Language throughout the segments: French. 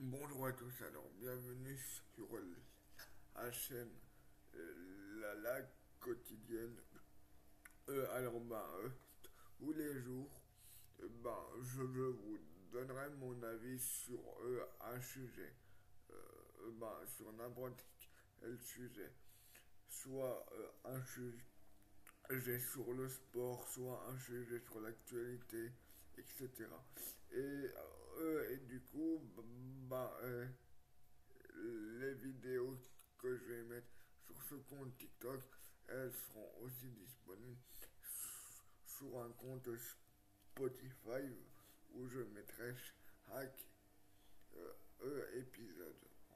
Bonjour à tous, alors bienvenue sur la chaîne la quotidienne. Tous les jours, je vous donnerai mon avis sur un sujet, sur n'importe quel sujet, soit un sujet sur le sport, soit un sujet sur l'actualité, etc. Et du coup, les vidéos que je vais mettre sur ce compte TikTok, elles seront aussi disponibles sur un compte Spotify où je mettrai chaque épisode.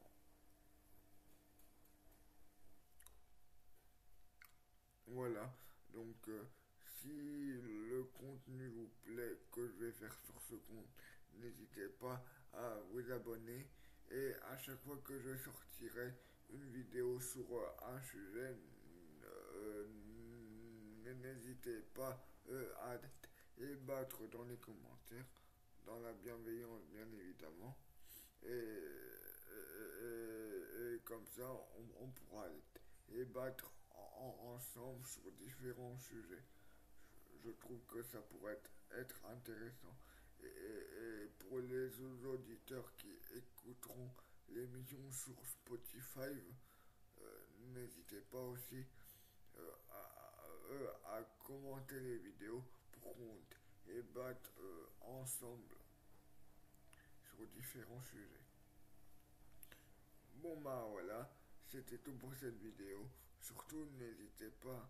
Voilà, donc si le contenu vous plaît que je vais faire sur ce compte, n'hésitez pas à vous abonner et à chaque fois que je sortirai une vidéo sur un sujet, euh, n'hésitez pas à débattre dans les commentaires, dans la bienveillance bien évidemment. Et comme ça, on pourra débattre ensemble sur différents sujets. Je trouve que ça pourrait être intéressant. Et pour les auditeurs qui écouteront l'émission sur Spotify, n'hésitez pas aussi à commenter les vidéos pour qu'on débatte ensemble sur différents sujets. Bon bah voilà, c'était tout pour cette vidéo. Surtout n'hésitez pas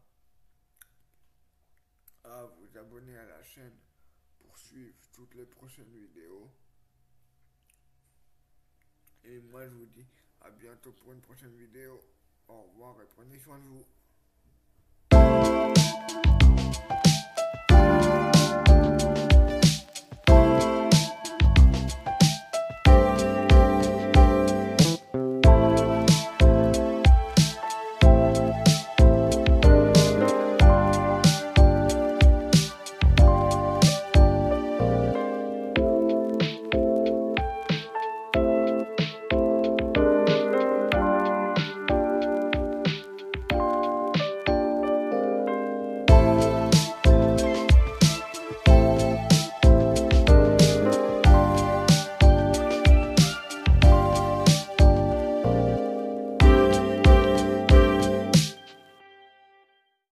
à vous abonner à la chaîne pour suivre toutes les prochaines vidéos. Et moi je vous dis à bientôt pour une prochaine vidéo. Au revoir et prenez soin de vous.